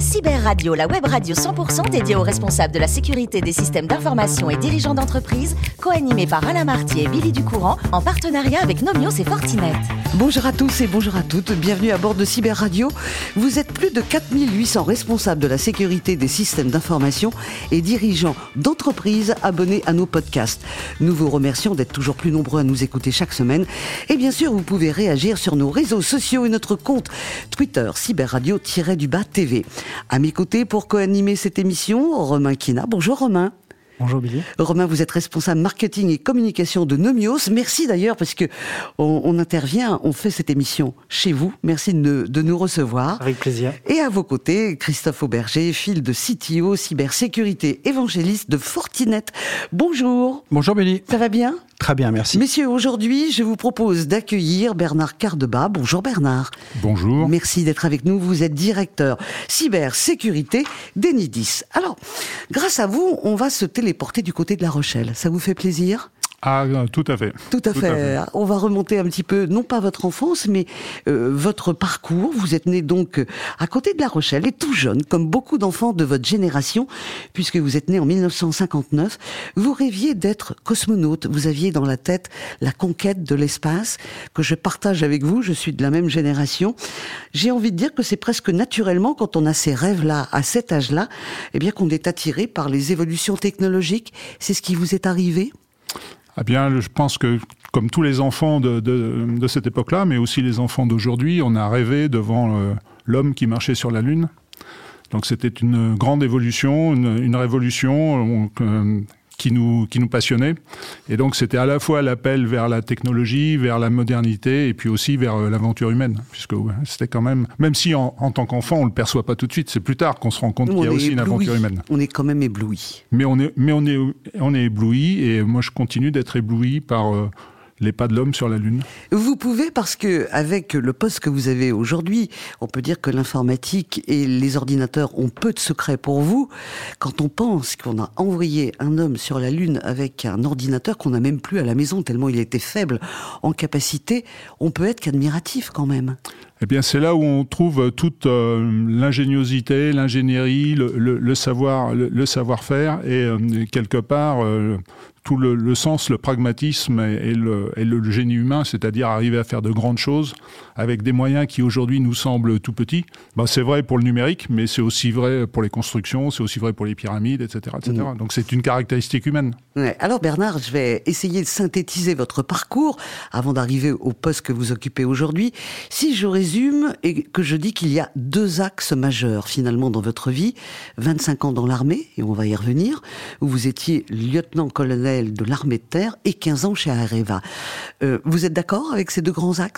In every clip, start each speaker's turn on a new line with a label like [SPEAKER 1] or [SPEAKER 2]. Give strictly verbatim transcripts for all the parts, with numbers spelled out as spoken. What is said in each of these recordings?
[SPEAKER 1] Cyber Radio, la web radio cent pour cent dédiée aux responsables de la sécurité des systèmes d'information et dirigeants d'entreprise, co-animée par Alain Marty et Billy Ducourant, en partenariat avec Nomios et Fortinet.
[SPEAKER 2] Bonjour à tous et bonjour à toutes, bienvenue à bord de Cyber Radio. Vous êtes plus de quatre mille huit cents responsables de la sécurité des systèmes d'information et dirigeants d'entreprises abonnés à nos podcasts. Nous vous remercions d'être toujours plus nombreux à nous écouter chaque semaine. Et bien sûr, vous pouvez réagir sur nos réseaux sociaux et notre compte Twitter, Cyber Radio-du-bas T V. À mes côtés, pour co-animer cette émission, Romain Kina. Bonjour Romain.
[SPEAKER 3] Bonjour Billy.
[SPEAKER 2] Romain, vous êtes responsable marketing et communication de Nomios. Merci d'ailleurs parce que on, on intervient, on fait cette émission chez vous. Merci de, de nous recevoir.
[SPEAKER 3] Avec plaisir.
[SPEAKER 2] Et à vos côtés, Christophe Auberger, fil de C T O, cybersécurité évangéliste de Fortinet. Bonjour.
[SPEAKER 3] Bonjour Billy.
[SPEAKER 2] Ça va bien ?
[SPEAKER 3] Très bien, merci.
[SPEAKER 2] Messieurs, aujourd'hui, je vous propose d'accueillir Bernard Cardeba. Bonjour Bernard.
[SPEAKER 4] Bonjour.
[SPEAKER 2] Merci d'être avec nous. Vous êtes directeur cybersécurité d'Enidis. Alors, grâce à vous, on va se téléporter du côté de La Rochelle. Ça vous fait plaisir ?
[SPEAKER 4] Ah, tout à fait.
[SPEAKER 2] Tout à,
[SPEAKER 4] tout
[SPEAKER 2] fait.
[SPEAKER 4] à fait.
[SPEAKER 2] On va remonter un petit peu, non pas votre enfance, mais euh, votre parcours. Vous êtes né donc euh, à côté de La Rochelle et tout jeune, comme beaucoup d'enfants de votre génération, puisque vous êtes né en mille neuf cent cinquante-neuf. Vous rêviez d'être cosmonaute. Vous aviez dans la tête la conquête de l'espace, que je partage avec vous. Je suis de la même génération. J'ai envie de dire que c'est presque naturellement, quand on a ces rêves-là, à cet âge-là, eh bien qu'on est attiré par les évolutions technologiques. C'est ce qui vous est arrivé ?
[SPEAKER 4] Ah bien, je pense que, comme tous les enfants de, de, de cette époque-là, mais aussi les enfants d'aujourd'hui, on a rêvé devant euh, l'homme qui marchait sur la Lune. Donc c'était une grande évolution, une, une révolution euh, qui, nous, qui nous passionnait. Et donc c'était à la fois l'appel vers la technologie, vers la modernité, et puis aussi vers euh, l'aventure humaine. Puisque ouais, c'était quand même, même si en, en tant qu'enfant on ne le perçoit pas tout de suite, c'est plus tard qu'on se rend compte
[SPEAKER 2] Nous,
[SPEAKER 4] qu'il y a aussi
[SPEAKER 2] ébloui.
[SPEAKER 4] une aventure humaine.
[SPEAKER 2] On est quand même ébloui.
[SPEAKER 4] Mais on est, mais on est, on est ébloui, et moi je continue d'être ébloui par euh, les pas de l'homme sur la Lune.
[SPEAKER 2] Vous pouvez, parce que avec le poste que vous avez aujourd'hui, on peut dire que l'informatique et les ordinateurs ont peu de secrets pour vous. Quand on pense qu'on a envoyé un homme sur la Lune avec un ordinateur qu'on n'a même plus à la maison, tellement il était faible en capacité, on peut être qu'admiratif quand même.
[SPEAKER 4] Eh bien, c'est là où on trouve toute euh, l'ingéniosité, l'ingénierie, le, le, le savoir, le, le savoir-faire, et euh, quelque part euh, tout le, le sens, le pragmatisme et, et, le, et le génie humain, c'est-à-dire arriver à faire de grandes choses avec des moyens qui aujourd'hui nous semblent tout petits. Ben, c'est vrai pour le numérique, mais c'est aussi vrai pour les constructions, c'est aussi vrai pour les pyramides, et cetera, et cetera. Mmh. Donc c'est une caractéristique humaine.
[SPEAKER 2] Ouais. Alors Bernard, je vais essayer de synthétiser votre parcours avant d'arriver au poste que vous occupez aujourd'hui. Si je résume et que je dis qu'il y a deux axes majeurs finalement dans votre vie, vingt-cinq ans dans l'armée, et on va y revenir, où vous étiez lieutenant-colonel de l'armée de terre et quinze ans chez Areva. Euh, vous êtes d'accord avec ces deux grands axes ?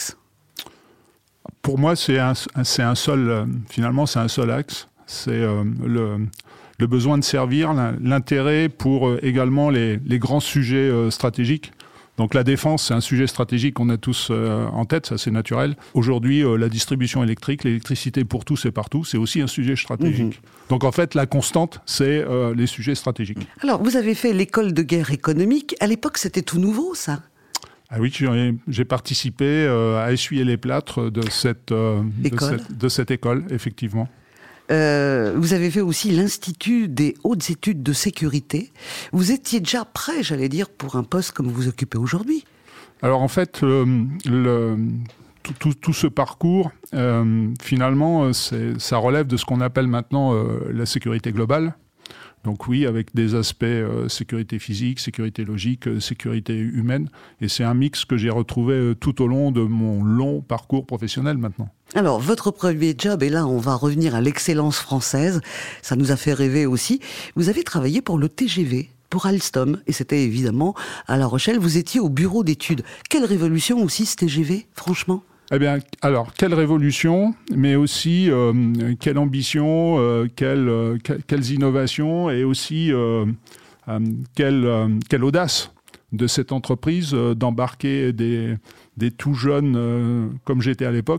[SPEAKER 4] Pour moi, c'est un, c'est un seul, euh, finalement, c'est un seul axe. C'est euh, le, le besoin de servir, l'intérêt pour euh, également les, les grands sujets euh, stratégiques. Donc la défense, c'est un sujet stratégique qu'on a tous euh, en tête, ça c'est naturel. Aujourd'hui, euh, la distribution électrique, l'électricité pour tous et partout, c'est aussi un sujet stratégique. Mmh. Donc en fait, la constante, c'est euh, les sujets stratégiques.
[SPEAKER 2] Alors, vous avez fait l'école de guerre économique. À l'époque, c'était tout nouveau, ça ?
[SPEAKER 4] Ah oui, j'ai, j'ai participé euh, à essuyer les plâtres de cette, euh, de cette, de cette école, effectivement.
[SPEAKER 2] Euh, vous avez fait aussi l'Institut des hautes études de sécurité. Vous étiez déjà prêt, j'allais dire, pour un poste comme vous occupez aujourd'hui.
[SPEAKER 4] Alors en fait, euh, le, tout, tout, tout ce parcours, euh, finalement, c'est, ça relève de ce qu'on appelle maintenant euh, la sécurité globale. Donc oui, avec des aspects euh, sécurité physique, sécurité logique, euh, sécurité humaine. Et c'est un mix que j'ai retrouvé euh, tout au long de mon long parcours professionnel maintenant.
[SPEAKER 2] Alors, votre premier job, et là on va revenir à l'excellence française, ça nous a fait rêver aussi. Vous avez travaillé pour le T G V, pour Alstom, et c'était évidemment à La Rochelle. Vous étiez au bureau d'études. Quelle révolution aussi ce T G V, franchement ?
[SPEAKER 4] Eh bien, alors, quelle révolution, mais aussi euh, quelle ambition, euh, quelle, euh, que, quelles innovations, et aussi euh, euh, quelle, euh, quelle audace de cette entreprise euh, d'embarquer des, des tout jeunes, euh, comme j'étais à l'époque,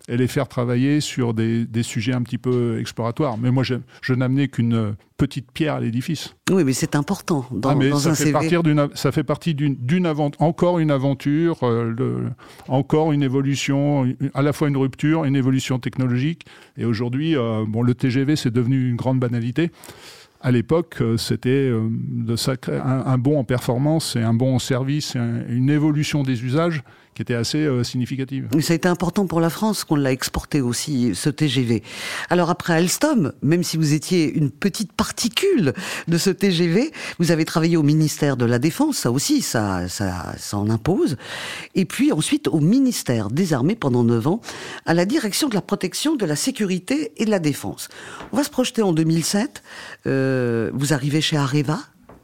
[SPEAKER 4] et les faire travailler sur des, des sujets un petit peu exploratoires. Mais moi, je, je n'amenais qu'une petite pierre à l'édifice.
[SPEAKER 2] Oui, mais c'est important dans,
[SPEAKER 4] ah, mais
[SPEAKER 2] dans
[SPEAKER 4] ça
[SPEAKER 2] un
[SPEAKER 4] fait
[SPEAKER 2] C V.
[SPEAKER 4] Partir d'une, ça fait partie d'une, d'une avant- encore une aventure, euh, le, encore une évolution, une, à la fois une rupture, une évolution technologique. Et aujourd'hui, euh, bon, le T G V, c'est devenu une grande banalité. À l'époque, c'était euh, de sacré, un, un bond en performance et un bond en service, et un, une évolution des usages qui était assez euh, significative.
[SPEAKER 2] Mais ça a été important pour la France qu'on l'a exporté aussi, ce T G V. Alors après Alstom, même si vous étiez une petite particule de ce T G V, vous avez travaillé au ministère de la Défense, ça aussi, ça, ça, ça en impose. Et puis ensuite au ministère des Armées pendant neuf ans, à la direction de la protection, de la sécurité et de la défense. On va se projeter en deux mille sept, euh, vous arrivez chez Areva.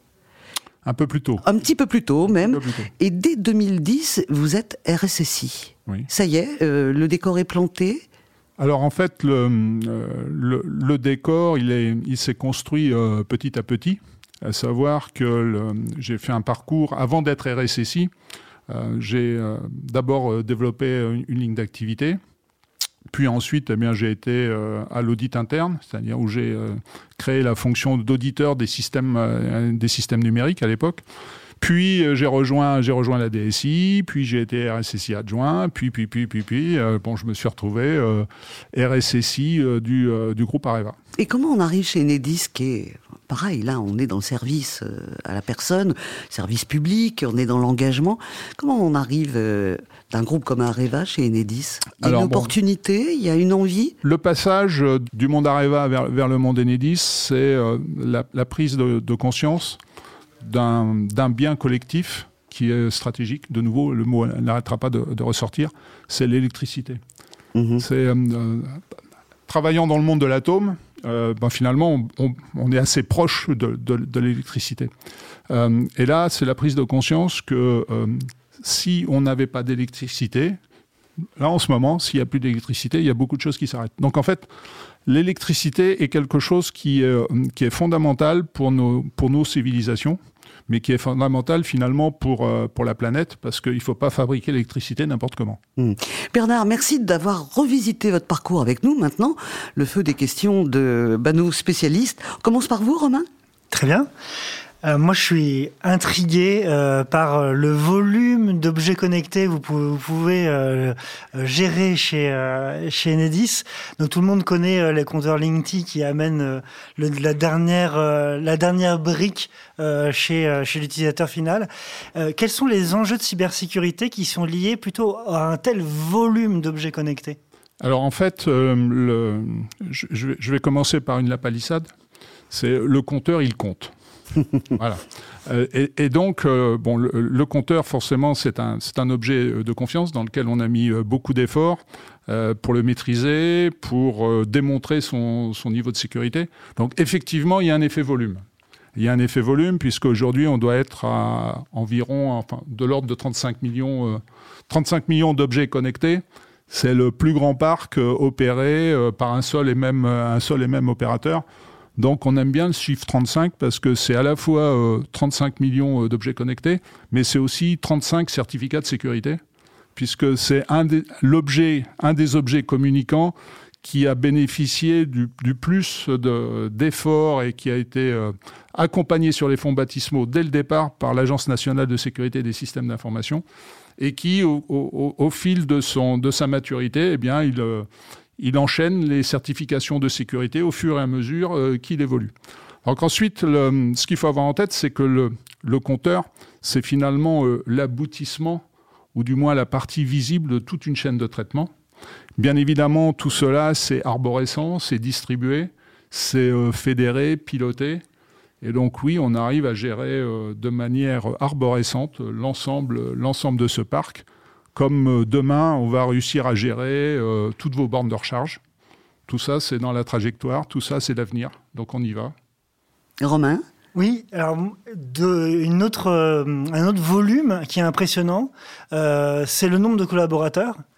[SPEAKER 4] Un peu plus tôt.
[SPEAKER 2] Un petit peu plus tôt même.
[SPEAKER 4] Plus tôt.
[SPEAKER 2] Et dès deux mille dix, vous êtes R S S I.
[SPEAKER 4] Oui.
[SPEAKER 2] Ça y est, euh, le décor est planté.
[SPEAKER 4] Alors en fait, le, euh, le, le décor, il, est, il s'est construit euh, petit à petit. À savoir que le, j'ai fait un parcours, avant d'être R S S I, euh, j'ai euh, d'abord euh, développé une, une ligne d'activité. Puis ensuite, eh bien, j'ai été euh, à l'audit interne, c'est-à-dire où j'ai euh, créé la fonction d'auditeur des systèmes, euh, des systèmes numériques à l'époque. Puis euh, j'ai rejoint, j'ai rejoint la D S I, puis j'ai été R S S I adjoint, puis puis puis puis puis, euh, bon, je me suis retrouvé euh, R S S I euh, du euh, du groupe Areva.
[SPEAKER 2] Et comment on arrive chez Enedis, qui est pareil, là, on est dans le service euh, à la personne, service public, on est dans l'engagement. Comment on arrive euh, d'un groupe comme Areva chez Enedis ? Il y a
[SPEAKER 4] Alors,
[SPEAKER 2] une
[SPEAKER 4] bon,
[SPEAKER 2] opportunité, il y a une envie ?
[SPEAKER 4] Le passage euh, du monde Areva vers, vers le monde Enedis, c'est euh, la, la prise de, de conscience d'un, d'un bien collectif qui est stratégique. De nouveau, le mot n'arrêtera pas de, de ressortir, c'est l'électricité. Mmh. C'est, euh, euh, travaillant dans le monde de l'atome, euh, ben finalement, on, on, on est assez proche de, de, de l'électricité. Euh, et là, c'est la prise de conscience que euh, si on n'avait pas d'électricité, là, en ce moment, s'il n'y a plus d'électricité, il y a beaucoup de choses qui s'arrêtent. Donc, en fait, l'électricité est quelque chose qui est, qui est fondamental pour nos, pour nos civilisations, mais qui est fondamental finalement pour, euh, pour la planète, parce qu'il ne faut pas fabriquer l'électricité n'importe comment.
[SPEAKER 2] Mmh. Bernard, merci d'avoir revisité votre parcours avec nous. Maintenant, le feu des questions de bah, nos spécialistes. On commence par vous, Romain ?
[SPEAKER 3] Très bien. Euh, moi, je suis intrigué euh, par le volume d'objets connectés que vous pouvez, vous pouvez euh, gérer chez, euh, chez Enedis. Donc, tout le monde connaît euh, les compteurs Linky qui amènent euh, le, la, dernière, euh, la dernière brique euh, chez, euh, chez l'utilisateur final. Euh, quels sont les enjeux de cybersécurité qui sont liés plutôt à un tel volume d'objets connectés ?
[SPEAKER 4] Alors, en fait, euh, le, je, je, vais, je vais commencer par une lapalissade. C'est le compteur, il compte. Voilà. Euh, et, et donc, euh, bon, le, le compteur, forcément, c'est un, c'est un objet de confiance dans lequel on a mis beaucoup d'efforts euh, pour le maîtriser, pour euh, démontrer son, son niveau de sécurité. Donc, effectivement, il y a un effet volume. Il y a un effet volume, puisqu'aujourd'hui, on doit être à environ, enfin, de l'ordre de trente-cinq millions, euh, trente-cinq millions d'objets connectés. C'est le plus grand parc euh, opéré euh, par un seul et même, un seul et même opérateur. Donc, on aime bien le chiffre trente-cinq parce que c'est à la fois euh, trente-cinq millions d'objets connectés, mais c'est aussi trente-cinq certificats de sécurité, puisque c'est un des, l'objet, un des objets communicants qui a bénéficié du, du plus de, d'efforts et qui a été euh, accompagné sur les fonds baptismaux dès le départ par l'Agence nationale de sécurité des systèmes d'information, et qui, au, au, au fil de, son, de sa maturité, eh bien, il... Euh, il enchaîne les certifications de sécurité au fur et à mesure euh, qu'il évolue. Donc ensuite, le, ce qu'il faut avoir en tête, c'est que le, le compteur, c'est finalement euh, l'aboutissement, ou du moins la partie visible de toute une chaîne de traitement. Bien évidemment, tout cela, c'est arborescent, c'est distribué, c'est euh, fédéré, piloté. Et donc oui, on arrive à gérer euh, de manière arborescente l'ensemble, l'ensemble de ce parc. Comme demain, on va réussir à gérer euh, toutes vos bornes de recharge. Tout ça, c'est dans la trajectoire. Tout ça, c'est l'avenir. Donc, on y va.
[SPEAKER 2] Romain ?
[SPEAKER 3] Oui, alors de, une autre, euh, un autre volume qui est impressionnant, euh, c'est le nombre de collaborateurs.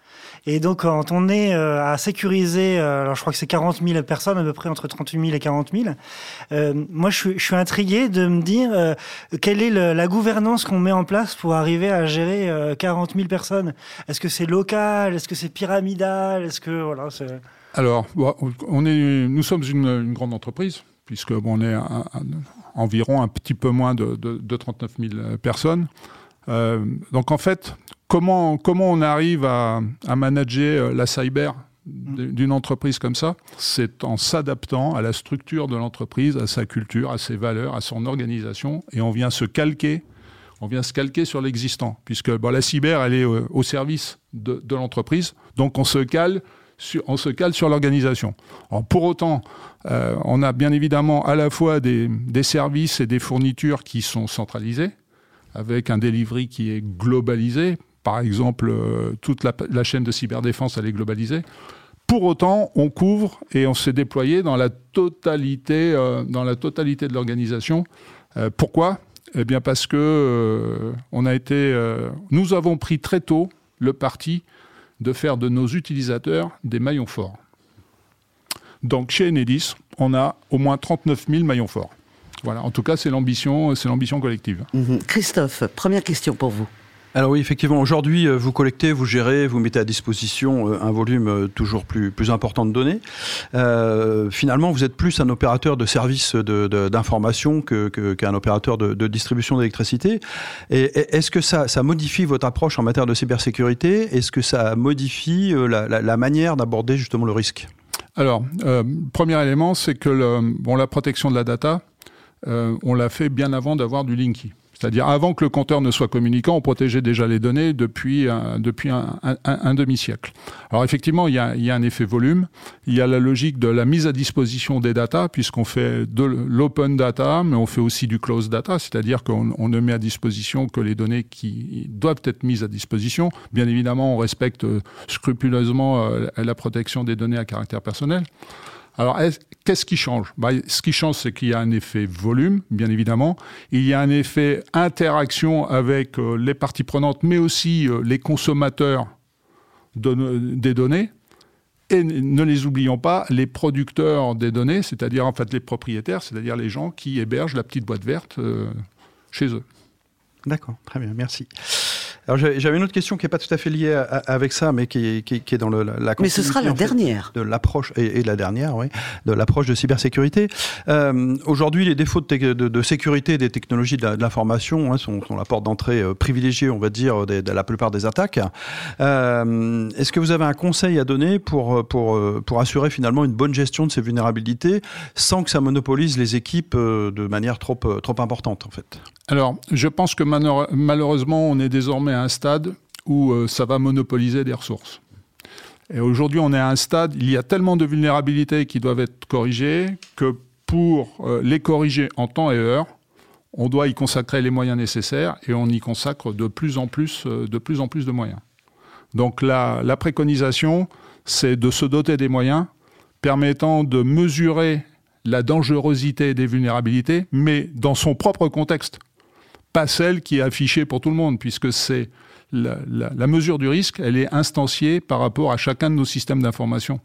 [SPEAKER 3] Et donc, quand on est euh, à sécuriser, euh, alors je crois que c'est quarante mille personnes, à peu près entre trente-huit mille et quarante mille, euh, moi, je suis, je suis intrigué de me dire euh, quelle est le, la gouvernance qu'on met en place pour arriver à gérer euh, quarante mille personnes. Est-ce que c'est local? Est-ce que c'est pyramidal? Est-ce que, voilà, c'est...
[SPEAKER 4] Alors, on est, nous sommes une, une grande entreprise, puisque bon, on est à, à, environ un petit peu moins de, de, de trente-neuf mille personnes. Euh, donc en fait, comment, comment on arrive à, à manager la cyber d'une entreprise comme ça? C'est en s'adaptant à la structure de l'entreprise, à sa culture, à ses valeurs, à son organisation, et on vient se calquer, on vient se calquer sur l'existant, puisque bon, la cyber, elle est au, au service de, de l'entreprise, donc on se cale sur, on se cale sur l'organisation. Alors, pour autant, euh, on a bien évidemment à la fois des, des services et des fournitures qui sont centralisés, avec un delivery qui est globalisé. Par exemple, euh, toute la, la chaîne de cyberdéfense, elle est globalisée. Pour autant, on couvre et on s'est déployé dans la totalité, euh, dans la totalité de l'organisation. Euh, pourquoi ? Eh bien parce que euh, on a été, euh, nous avons pris très tôt le parti de faire de nos utilisateurs des maillons forts. Donc chez Enedis, on a au moins trente-neuf mille maillons forts. Voilà, en tout cas, c'est l'ambition, c'est l'ambition collective.
[SPEAKER 2] Mmh. Christophe, première question pour vous.
[SPEAKER 5] Alors oui, effectivement, aujourd'hui, vous collectez, vous gérez, vous mettez à disposition un volume toujours plus, plus important de données. Euh, finalement, vous êtes plus un opérateur de services de, de, d'information que, que, qu'un opérateur de, de distribution d'électricité. Et est-ce que ça, ça modifie votre approche en matière de cybersécurité ? Est-ce que ça modifie la, la, la manière d'aborder justement le risque ?
[SPEAKER 4] Alors, euh, premier élément, c'est que le, bon, la protection de la data, euh, on l'a fait bien avant d'avoir du Linky. C'est-à-dire, avant que le compteur ne soit communicant, on protégeait déjà les données depuis un, depuis un, un, un demi-siècle. Alors effectivement, il y a, il y a un effet volume. Il y a la logique de la mise à disposition des data, puisqu'on fait de l'open data, mais on fait aussi du closed data, c'est-à-dire qu'on on ne met à disposition que les données qui doivent être mises à disposition. Bien évidemment, on respecte scrupuleusement la protection des données à caractère personnel. Alors, qu'est-ce qui change ? Bah, ce qui change, c'est qu'il y a un effet volume, bien évidemment. Il y a un effet interaction avec euh, les parties prenantes, mais aussi euh, les consommateurs de, des données. Et ne les oublions pas, les producteurs des données, c'est-à-dire en fait les propriétaires, c'est-à-dire les gens qui hébergent la petite boîte verte euh, chez eux.
[SPEAKER 5] D'accord, très bien, merci. Alors j'avais une autre question qui n'est pas tout à fait liée à, à, avec ça, mais qui est, qui, qui est dans le, la, la
[SPEAKER 2] mais ce sera la dernière
[SPEAKER 5] de l'approche et, et la dernière, oui, de l'approche de cybersécurité. Euh, aujourd'hui, les défauts de, te, de, de sécurité des technologies de, la, de l'information hein, sont, sont la porte d'entrée euh, privilégiée, on va dire, de, de la plupart des attaques. Euh, est-ce que vous avez un conseil à donner pour pour pour assurer finalement une bonne gestion de ces vulnérabilités sans que ça monopolise les équipes euh, de manière trop trop importante, en fait ?
[SPEAKER 4] Alors, je pense que malheureusement, on est désormais à un stade où euh, ça va monopoliser des ressources. Et aujourd'hui, on est à un stade, il y a tellement de vulnérabilités qui doivent être corrigées que pour euh, les corriger en temps et heure, on doit y consacrer les moyens nécessaires et on y consacre de plus en plus, euh, de plus en plus de moyens. Donc la, la préconisation, c'est de se doter des moyens permettant de mesurer la dangerosité des vulnérabilités, mais dans son propre contexte. Pas celle qui est affichée pour tout le monde, puisque c'est la, la, la mesure du risque, elle est instanciée par rapport à chacun de nos systèmes d'information.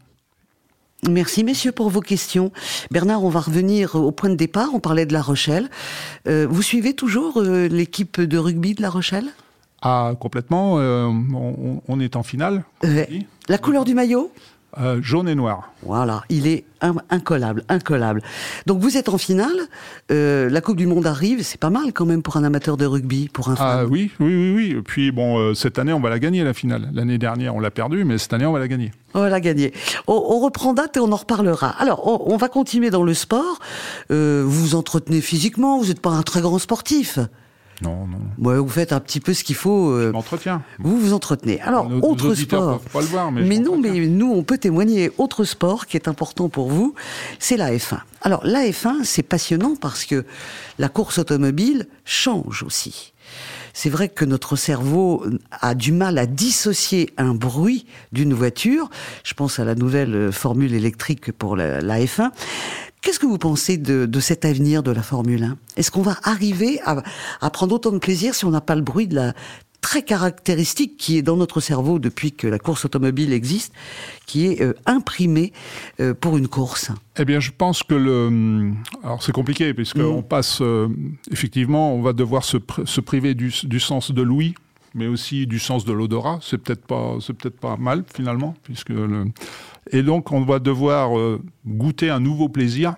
[SPEAKER 2] Merci messieurs pour vos questions. Bernard, on va revenir au point de départ, on parlait de La Rochelle. Euh, vous suivez toujours euh, l'équipe de rugby de La Rochelle ?
[SPEAKER 4] Ah, complètement, euh, on, on est en finale.
[SPEAKER 2] Euh, la couleur du maillot ?
[SPEAKER 4] Euh, jaune et noir.
[SPEAKER 2] Voilà, il est incollable, incollable. Donc vous êtes en finale, euh, la Coupe du Monde arrive, c'est pas mal quand même pour un amateur de rugby, pour un fan.
[SPEAKER 4] Ah oui, oui, oui, oui. Et puis bon, euh, cette année on va la gagner la finale. L'année dernière on l'a perdue, mais cette année on va la gagner.
[SPEAKER 2] On va la gagner. On, on reprend date et on en reparlera. Alors, on, on va continuer dans le sport. Euh, vous vous entretenez physiquement, vous n'êtes pas un très grand sportif.
[SPEAKER 4] Non, non.
[SPEAKER 2] Ouais, vous faites un petit peu ce qu'il faut. Euh,
[SPEAKER 4] je m'entretiens.
[SPEAKER 2] Vous vous entretenez. Alors,
[SPEAKER 4] nos,
[SPEAKER 2] autre
[SPEAKER 4] nos
[SPEAKER 2] sport.
[SPEAKER 4] Pas le voir, mais
[SPEAKER 2] mais non, mais nous, on peut témoigner. Autre sport qui est important pour vous, c'est la F un. Alors, la F un, c'est passionnant parce que la course automobile change aussi. C'est vrai que notre cerveau a du mal à dissocier un bruit d'une voiture. Je pense à la nouvelle formule électrique pour la, la F un. Qu'est-ce que vous pensez de, de cet avenir de la Formule un ? Est-ce qu'on va arriver à, à prendre autant de plaisir si on n'a pas le bruit de la, très caractéristique qui est dans notre cerveau depuis que la course automobile existe, qui est euh, imprimé euh, pour une course?
[SPEAKER 4] Eh bien, je pense que le... Alors, c'est compliqué, puisqu'on mmh. passe... Euh, effectivement, on va devoir se, pr- se priver du, du sens de l'ouïe, mais aussi du sens de l'odorat. C'est peut-être pas, c'est peut-être pas mal, finalement, puisque... Le... Et donc, on va devoir euh, goûter un nouveau plaisir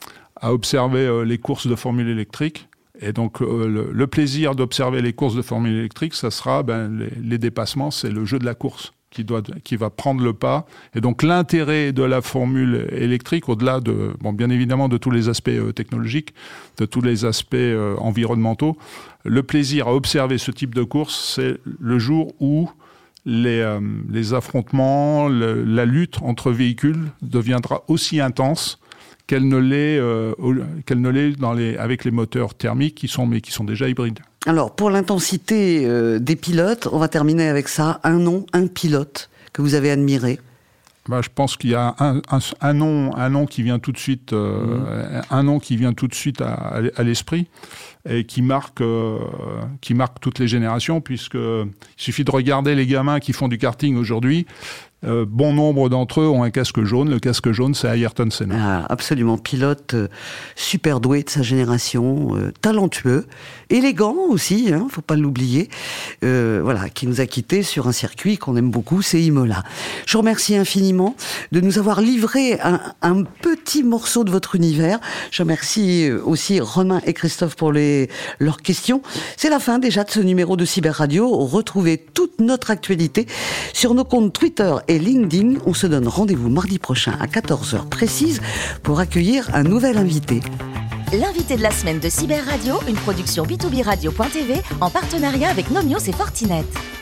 [SPEAKER 4] à observer euh, les courses de formule électrique. Et donc, euh, le, le plaisir d'observer les courses de formule électrique, ça sera ben, les, les dépassements, c'est le jeu de la course qui, doit, qui va prendre le pas. Et donc, l'intérêt de la formule électrique, au-delà de, bon, bien évidemment, de tous les aspects euh, technologiques, de tous les aspects euh, environnementaux, le plaisir à observer ce type de course, c'est le jour où les, euh, les affrontements, le, la lutte entre véhicules deviendra aussi intense qu'elle ne l'est, euh, qu'elle ne l'est dans les, avec les moteurs thermiques qui sont, mais qui sont déjà hybrides.
[SPEAKER 2] Alors, pour l'intensité euh, des pilotes, on va terminer avec ça. Un nom, un pilote que vous avez admiré.
[SPEAKER 4] Ben, je pense qu'il y a un, un, un, nom, un nom qui vient tout de suite, euh, mmh. un nom qui vient tout de suite à, à l'esprit et qui marque, euh, qui marque toutes les générations, puisque il suffit de regarder les gamins qui font du karting aujourd'hui. Euh, bon nombre d'entre eux ont un casque jaune. Le casque jaune, c'est Ayrton Senna.
[SPEAKER 2] Ah, absolument. Pilote euh, super doué de sa génération, euh, talentueux, élégant aussi, hein, faut pas l'oublier. Euh, voilà, qui nous a quittés sur un circuit qu'on aime beaucoup, c'est Imola. Je vous remercie infiniment de nous avoir livré un, un petit morceau de votre univers. Je remercie aussi Romain et Christophe pour les, leurs questions. C'est la fin déjà de ce numéro de Cyber Radio. Retrouvez toute notre actualité sur nos comptes Twitter et LinkedIn. On se donne rendez-vous mardi prochain à quatorze heures précise pour accueillir un nouvel invité.
[SPEAKER 1] L'invité de la semaine de Cyber Radio, une production b to b radio point t v en partenariat avec Nomios et Fortinet.